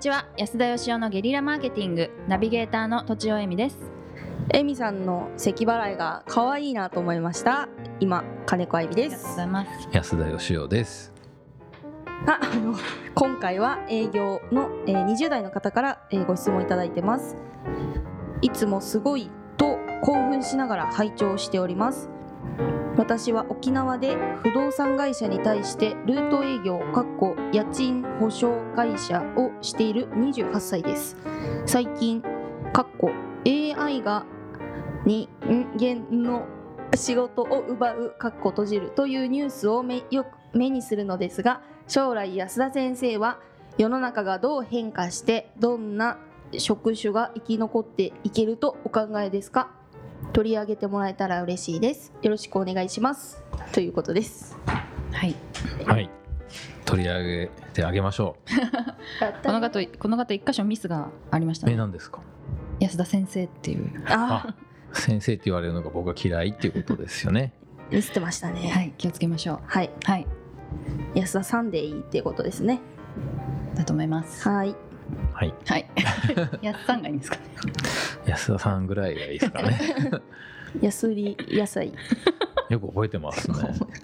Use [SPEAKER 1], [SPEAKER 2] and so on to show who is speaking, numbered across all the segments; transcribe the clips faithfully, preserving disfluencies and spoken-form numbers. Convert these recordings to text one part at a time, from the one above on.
[SPEAKER 1] ちは。安田義雄のゲリラマーケティングナビゲーターのとちおえみです。
[SPEAKER 2] えみさんの咳払いが可愛いなと思いました。今金子あいみで
[SPEAKER 1] ありがとうご
[SPEAKER 2] す。
[SPEAKER 1] ざいます。
[SPEAKER 3] 安田義雄です。
[SPEAKER 2] ああの今回は営業の、えー、にじゅう代の方から、えーご質問いただいてます。いつもすごいと興奮しながら拝聴しております。私は沖縄で不動産会社に対してルート営業かっこ家賃保証会社をしているにじゅうはっさいです。最近かっこ エーアイ が人間の仕事を奪うかっこ閉じるというニュースをめよく目にするのですが、将来安田先生は世の中がどう変化してどんな職種が生き残っていけるとお考えですか？取り上げてもらえたら嬉しいです。よろしくお願いしますということです。
[SPEAKER 1] はい、
[SPEAKER 3] はい、取り上げてあげましょう。
[SPEAKER 1] この方この方一箇所ミスがありましたね。
[SPEAKER 3] え、何ですか？
[SPEAKER 1] 安田先生っていう
[SPEAKER 2] あ
[SPEAKER 3] あ、先生って言われるのが僕が嫌いっていうことですよね。
[SPEAKER 2] ミスってましたね。
[SPEAKER 1] はい、気をつけましょう。
[SPEAKER 2] はい、
[SPEAKER 1] はい、
[SPEAKER 2] 安田さんでいいっていうことですね。
[SPEAKER 1] だと思います。
[SPEAKER 2] はい
[SPEAKER 3] はい
[SPEAKER 1] はい安さんがいいんですかね。
[SPEAKER 3] 安田さんぐらいがいいですかね。
[SPEAKER 2] 安売り野菜
[SPEAKER 3] よく覚えてますね。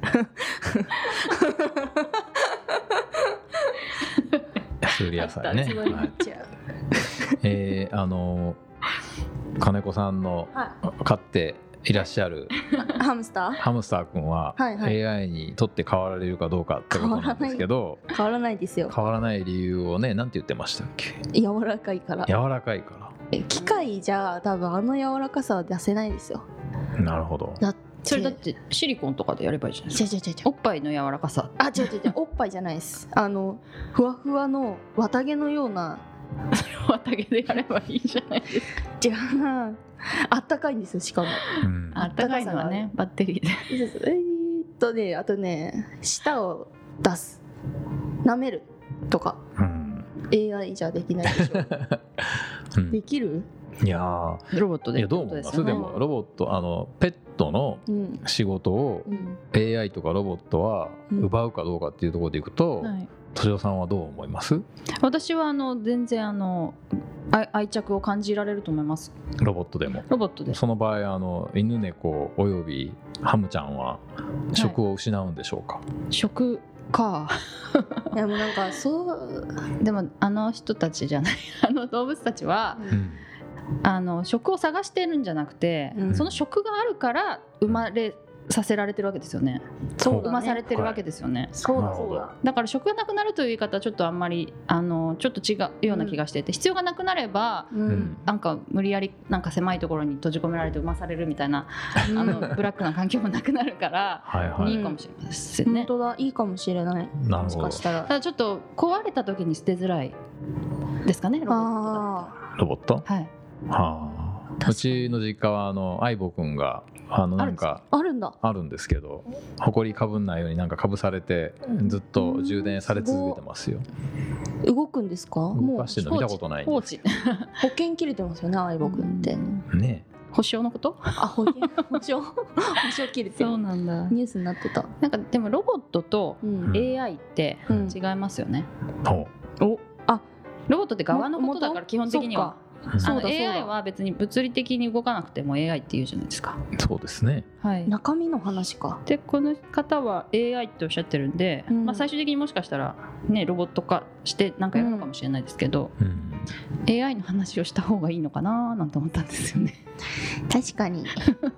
[SPEAKER 3] 安売り野菜ね。
[SPEAKER 2] つぼに
[SPEAKER 3] は
[SPEAKER 2] ないっちゃう。
[SPEAKER 3] えー、あの金子さんの
[SPEAKER 2] は
[SPEAKER 3] 飼っていらっしゃる
[SPEAKER 2] ハムスター
[SPEAKER 3] ハムスター君は
[SPEAKER 2] はいはい
[SPEAKER 3] エーアイ にとって変わられるかどうかってことなんですけど、
[SPEAKER 2] 変わらないですよ。
[SPEAKER 3] 変わらない理由をね、なんて言ってましたっけ？
[SPEAKER 2] 柔らかいから。
[SPEAKER 3] 柔らかいか
[SPEAKER 2] 機械じゃ多分あの柔らかさは出せないですよ。
[SPEAKER 3] ら。なるほど。
[SPEAKER 2] だって
[SPEAKER 1] それだってシリコンとかでやればいいじゃないですか。
[SPEAKER 2] 違う違う違う違う
[SPEAKER 1] おっぱいの柔らかさ。
[SPEAKER 2] あ違う違う違うおっぱいじゃないです。あのふわふわの綿毛のような
[SPEAKER 1] 綿毛でやればいいじゃないですか。
[SPEAKER 2] 違うなあったかいんですよ。しかも
[SPEAKER 3] うん
[SPEAKER 1] あったかいのはね、バッテリーで。
[SPEAKER 2] えーっとねあとね舌を出す舐めるとか
[SPEAKER 3] うん、
[SPEAKER 2] エーアイ じゃできないでしょ。
[SPEAKER 3] うん
[SPEAKER 2] できる？
[SPEAKER 3] いやー
[SPEAKER 1] ロボットで
[SPEAKER 3] いやどう思います？でもロボット、あのペットの
[SPEAKER 2] うん
[SPEAKER 3] 仕事を
[SPEAKER 2] うん
[SPEAKER 3] エーアイ とかロボットは奪うかどうかっていうところでいくと、
[SPEAKER 1] はい
[SPEAKER 3] 敏夫さんはどう思います？
[SPEAKER 1] 私はあの全然あの愛愛着を感じられると思います。
[SPEAKER 3] ロボットでも。
[SPEAKER 1] ロボットで
[SPEAKER 3] その場合、あの犬猫およびハムちゃんは職を失うんでしょうか？
[SPEAKER 1] 食か
[SPEAKER 2] いやもうなんかそう
[SPEAKER 1] でもあの人たちじゃないあの動物たちは
[SPEAKER 3] うん
[SPEAKER 1] あの食を探してるんじゃなくて、
[SPEAKER 2] うん
[SPEAKER 1] その食があるから生まれさせられてるわけですよね。
[SPEAKER 2] そうだね
[SPEAKER 1] 生まされてるわけですよね。
[SPEAKER 2] そう
[SPEAKER 3] なるほど
[SPEAKER 2] だそうだ。
[SPEAKER 1] だから食がなくなるという言い方はちょっとあんまりあのちょっと違うような気がしていて、必要がなくなれば
[SPEAKER 2] う
[SPEAKER 3] うんん
[SPEAKER 1] なんか無理やりなんか狭いところに閉じ込められて産まされるみたいなあのブラックな環境もなくなるから
[SPEAKER 3] はいはいい、
[SPEAKER 1] いかもしれませんね。
[SPEAKER 2] 本当だいいかもしれない。もし
[SPEAKER 3] なるほど。
[SPEAKER 2] かしたら
[SPEAKER 1] ただちょっと壊れた時に捨てづらいですかね、ロボットだ
[SPEAKER 2] あ
[SPEAKER 3] ロボット、
[SPEAKER 1] ったら。はい。
[SPEAKER 3] はあ、
[SPEAKER 2] 確かに
[SPEAKER 3] うちの実家はあの相棒くんがあのなんか
[SPEAKER 2] ああるんだ。
[SPEAKER 3] あるんですけど、埃かぶんないようになんかかぶされてずっと充電され続けてますよ。
[SPEAKER 2] 動くんですか？
[SPEAKER 3] 動
[SPEAKER 2] もう
[SPEAKER 3] かしてるの見たことないん
[SPEAKER 1] 放
[SPEAKER 3] です。
[SPEAKER 1] 置。
[SPEAKER 2] 保険切れてますよね相棒くんって。
[SPEAKER 3] ね
[SPEAKER 1] 保証のこと？
[SPEAKER 2] あ保険保証保証切れてる。
[SPEAKER 1] そうなんだ。
[SPEAKER 2] ニュースになってた。
[SPEAKER 1] なんかでもロボットと
[SPEAKER 2] うん
[SPEAKER 1] エーアイって
[SPEAKER 2] うん
[SPEAKER 1] 違いますよね。
[SPEAKER 3] ほ
[SPEAKER 2] おあ
[SPEAKER 1] ロボットって側のことだから基本的には。
[SPEAKER 3] う
[SPEAKER 1] あの
[SPEAKER 2] そうだそうだ
[SPEAKER 1] エーアイ は別に物理的に動かなくても エーアイ って言うじゃないですか。
[SPEAKER 3] そうですね。
[SPEAKER 1] はい。
[SPEAKER 2] 中身の話か。
[SPEAKER 1] でこの方は エーアイ っておっしゃってるんで、
[SPEAKER 2] うん
[SPEAKER 1] まあ、最終的にもしかしたら、ね、ロボット化してなんかやるのかもしれないですけど、
[SPEAKER 3] うん
[SPEAKER 1] エーアイ の話をした方がいいのかななんて思ったんですよね。
[SPEAKER 2] 確かに。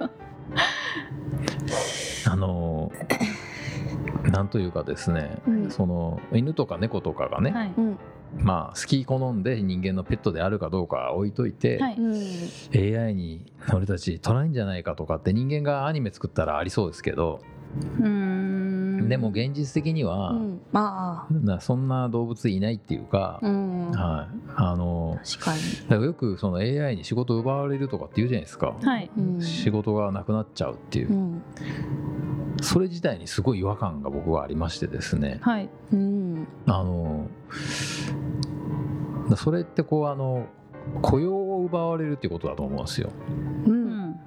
[SPEAKER 3] あのなんというかですね、
[SPEAKER 2] うん
[SPEAKER 3] その犬とか猫とかがね、
[SPEAKER 1] はい
[SPEAKER 2] うん
[SPEAKER 3] まあ好き好んで人間のペットであるかどうかは置いといて、
[SPEAKER 1] はい
[SPEAKER 2] うん。
[SPEAKER 3] エーアイ に俺たち取らないんじゃないかとかって人間がアニメ作ったらありそうですけど、
[SPEAKER 1] うーん
[SPEAKER 3] でも現実的には、
[SPEAKER 2] うんまあ
[SPEAKER 3] なそんな動物いないっていうか、
[SPEAKER 2] うん
[SPEAKER 3] はい、あの
[SPEAKER 2] 確かに。
[SPEAKER 3] だからよくその エーアイ に仕事奪われるとかって言うじゃないですか、
[SPEAKER 1] はい
[SPEAKER 2] うん
[SPEAKER 3] 仕事がなくなっちゃうっていうう、
[SPEAKER 2] ん
[SPEAKER 3] それ自体にすごい違和感が僕はありましてですね、
[SPEAKER 1] はい
[SPEAKER 2] うん
[SPEAKER 3] あのだそれってこうあの雇用を奪われるっていうことだと思うんですよ。
[SPEAKER 2] う
[SPEAKER 1] うんん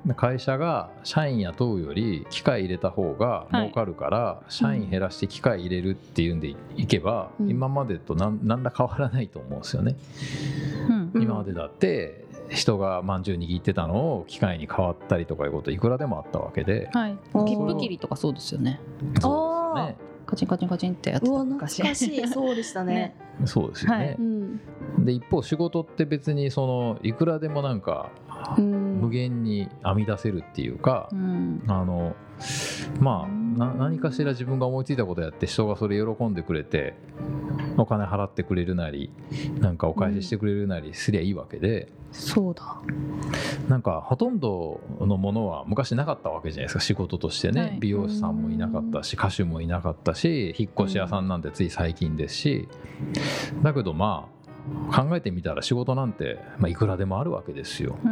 [SPEAKER 3] 会社が社員雇うより機械入れた方が儲かるから、はい、社員減らして機械入れるっていうんでいけば、うん、今までと何ら変わらないと思うんですよね、うん、今までだって人がまんじゅう握ってたのを機械に変わったりとかいうこといくらでもあったわけで、
[SPEAKER 1] はい、切符切りとかそうですよね。
[SPEAKER 3] そうですよね。
[SPEAKER 1] カチンカチンカチンってやってた昔。
[SPEAKER 2] 懐かしい。そうでしたね。ね、
[SPEAKER 3] そうですよね、はい、うん、で一方仕事って別にそのいくらでもなんか無限に編み出せるっていうか、うん、あのまあな何かしら自分が思いついたことやって人がそれ喜んでくれてお金払ってくれるなりなんかお返ししてくれるなりすりゃいいわけで、
[SPEAKER 2] うん、そうだ
[SPEAKER 3] なんかほとんどのものは昔なかったわけじゃないですか。仕事としてね、はい、美容師さんもいなかったし歌手もいなかったし引っ越し屋さんなんてつい最近ですし、だけどまあ考えてみたら仕事なんて、まあ、いくらでもあるわけですよ。うん、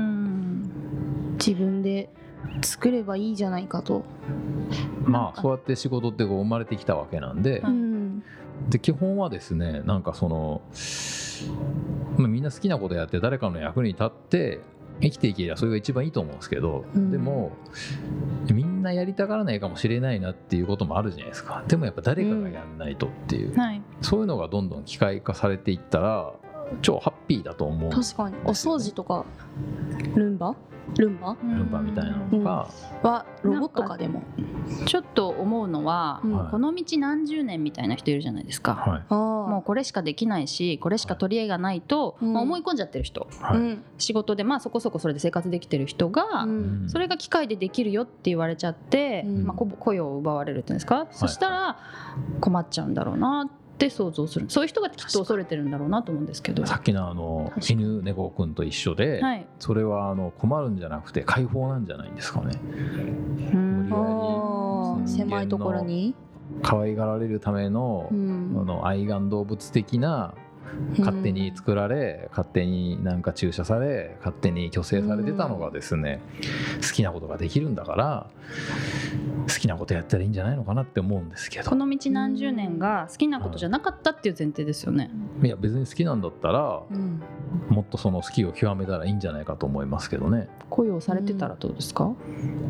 [SPEAKER 2] 自分で作ればいいじゃないかと。
[SPEAKER 3] まあそうやって仕事ってこう生まれてきたわけなんで、うん、で基本はですねなんかその、まあ、みんな好きなことやって誰かの役に立って生きていけりゃそれが一番いいと思うんですけど、うん、でもみんなやりたがらないかもしれないなっていうこともあるじゃないですか。でもやっぱ誰かがやんないとっていう、うんはい、そういうのがどんどん機械化されていったら超ハッピーだと思うんですよ。
[SPEAKER 2] 確かにお掃除とかルンバルンバ
[SPEAKER 3] ルンバみたいなのが、
[SPEAKER 2] うん、はロボットか。でも
[SPEAKER 1] ちょっと思うのは、うん、この道何十年みたいな人いるじゃないですか、はい、もうこれしかできないしこれしか取り柄がないと、はいまあ、思い込んじゃってる人、はい、仕事でまあそこそこそれで生活できてる人が、うん、それが機械でできるよって言われちゃって、うんまあ、雇用を奪われるっていうんですか、はい、そしたら困っちゃうんだろうなって想像する。そういう人がきっと恐れてるんだろうなと思うんですけど、
[SPEAKER 3] さっきのあの犬猫くんと一緒で、はい、それはあの困るんじゃなくて解放なんじゃないんですかね。無理やり
[SPEAKER 2] 狭いところに
[SPEAKER 3] 可愛がられるための、うん、あの愛玩動物的な勝手に作られ、うん、勝手になんか注射され勝手に虚勢されてたのがですね、うん、好きなことができるんだから好きなことやったらいいんじゃないのかなって思うんですけど、
[SPEAKER 1] この道何十年が好きなことじゃなかったっていう前提ですよね、
[SPEAKER 3] うん、いや別に好きなんだったら、うん、もっとその好きを極めたらいいんじゃないかと思いますけどね。
[SPEAKER 1] 雇用されてたらどうですか、うん、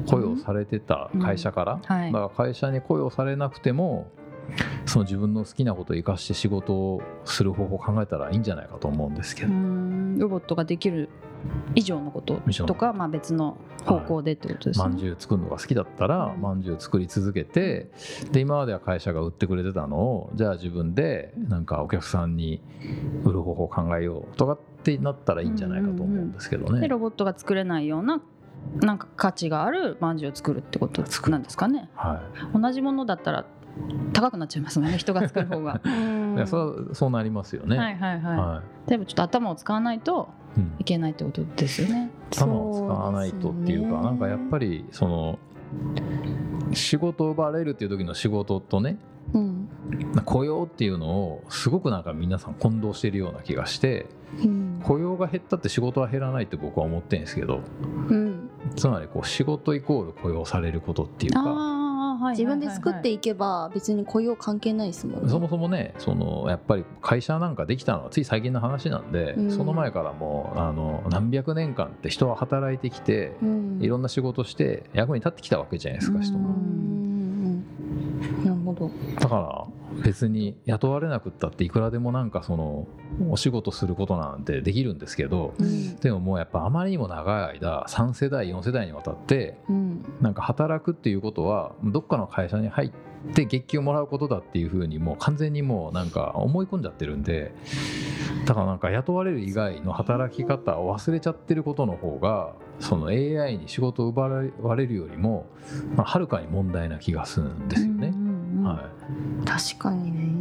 [SPEAKER 3] 雇用されてた会社から、うんはい、だから会社に雇用されなくてもその自分の好きなことを生かして仕事をする方法を考えたらいいんじゃないかと思うんですけど、うー
[SPEAKER 1] んロボットができる以上のこととか、まあ、別の方向でってことですね。
[SPEAKER 3] まんじゅう作るのが好きだったらまんじゅう作り続けて、で今までは会社が売ってくれてたのをじゃあ自分でなんかお客さんに売る方法を考えようとかってなったらいいんじゃないかと思うんですけどね、うんうんうん、
[SPEAKER 1] でロボットが作れないようななんか価値があるまんじゅうを作るってことなんですかね、はい、同じものだったら高くなっちゃいますもんね人が作る方が
[SPEAKER 3] いや そ, そうなりますよね。
[SPEAKER 1] はいはいはい、はい、でもちょっと頭を使わないといけないってことですよね、
[SPEAKER 3] うん、頭を使わないとっていうかなんかやっぱりその仕事を奪われるっていう時の仕事とね、うん、雇用っていうのをすごくなんか皆さん混同しているような気がして、うん、雇用が減ったって仕事は減らないって僕は思ってるんですけど、うん、つまりこう仕事イコール雇用されることっていうか
[SPEAKER 2] 自分で作っていけば別に雇用関係ないですもんね。
[SPEAKER 3] そもそもねそのやっぱり会社なんかできたのはつい最近の話なんで、うん、その前からもうあの何百年間って人は働いてきて、うん、いろんな仕事して役に立ってきたわけじゃないですか人も。
[SPEAKER 2] うんなるほど。
[SPEAKER 3] だから別に雇われなくったっていくらでもなんかそのお仕事することなんてできるんですけど、うん、でももうやっぱあまりにも長い間さん世代よん世代にわたって、うん、なんか働くっていうことはどっかの会社に入って月給をもらうことだっていうふうにもう完全にもうなんか思い込んじゃってるんで、だからなんか雇われる以外の働き方を忘れちゃってることの方がその エーアイ に仕事を奪われるよりもまあはるかに問題な気がするんですよね、うんうんはい、
[SPEAKER 2] 確かにね。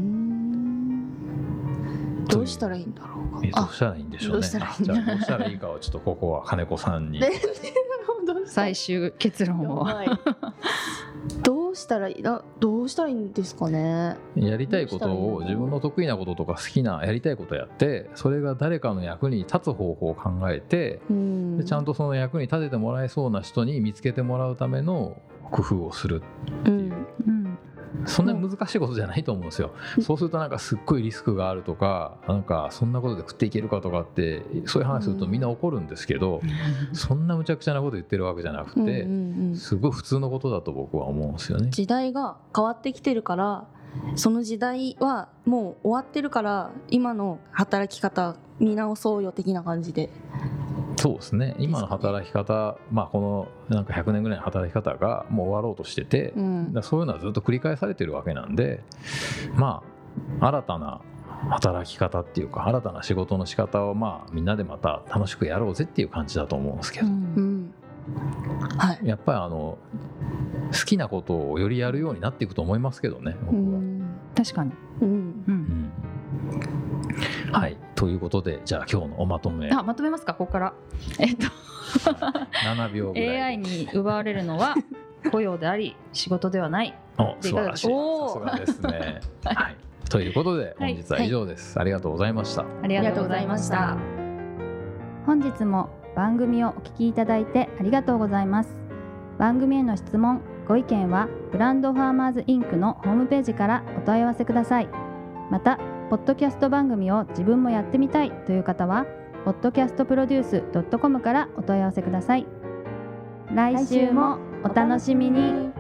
[SPEAKER 2] どうしたらいいんだろうか。
[SPEAKER 3] どうしたらいいんでしょうね。どうしたらいいんだろう。じゃあどうしたらいいかはちょっとここは金子さんに
[SPEAKER 1] 最終結論を
[SPEAKER 2] どうしたらいいなどうしたらいいんですかね。
[SPEAKER 3] やりたいことを自分の得意なこととか好きなやりたいことやってそれが誰かの役に立つ方法を考えて、うん、でちゃんとその役に立ててもらえそうな人に見つけてもらうための工夫をするっていう、うんうん、 そんなに難しいことじゃないと思うんですよ。そうするとなんかすっごいリスクがあるとか、なんかそんなことで食っていけるかとかってそういう話するとみんな怒るんですけど、うん、そんな無茶苦茶なこと言ってるわけじゃなくて、うんうんうん、すごい普通のことだと僕は思うんですよね。
[SPEAKER 2] 時代が変わってきてるから、その時代はもう終わってるから今の働き方見直そうよ的な感じで。
[SPEAKER 3] そうですね、今の働き方、まあ、このなんかひゃくねんぐらいの働き方がもう終わろうとしてて、うん、だそういうのはずっと繰り返されてるわけなんで、まあ新たな働き方っていうか新たな仕事の仕方をまあみんなでまた楽しくやろうぜっていう感じだと思うんですけど、うんはい、やっぱりあの好きなことをよりやるようになっていくと思いますけどね、僕は。うん、
[SPEAKER 1] 確かに、うん
[SPEAKER 3] うんはい、ということでじゃあ今日のおまとめ。
[SPEAKER 1] あ、まとめますか、ここから。えっと
[SPEAKER 3] ななびょうぐらい。
[SPEAKER 1] エーアイ に奪われるのは雇用であり仕事ではない。
[SPEAKER 3] お、素晴らしい、さすがですね、はい、ということで本日は以上です、はい、ありがとうございました。
[SPEAKER 1] ありがとうございました。本日も番組をお聞きいただいてありがとうございます。番組への質問ご意見はブランドファーマーズインクのホームページからお問い合わせください。またポッドキャスト番組を自分もやってみたいという方は ポッドキャストプロデュースドットコム からお問い合わせください。来週もお楽しみに。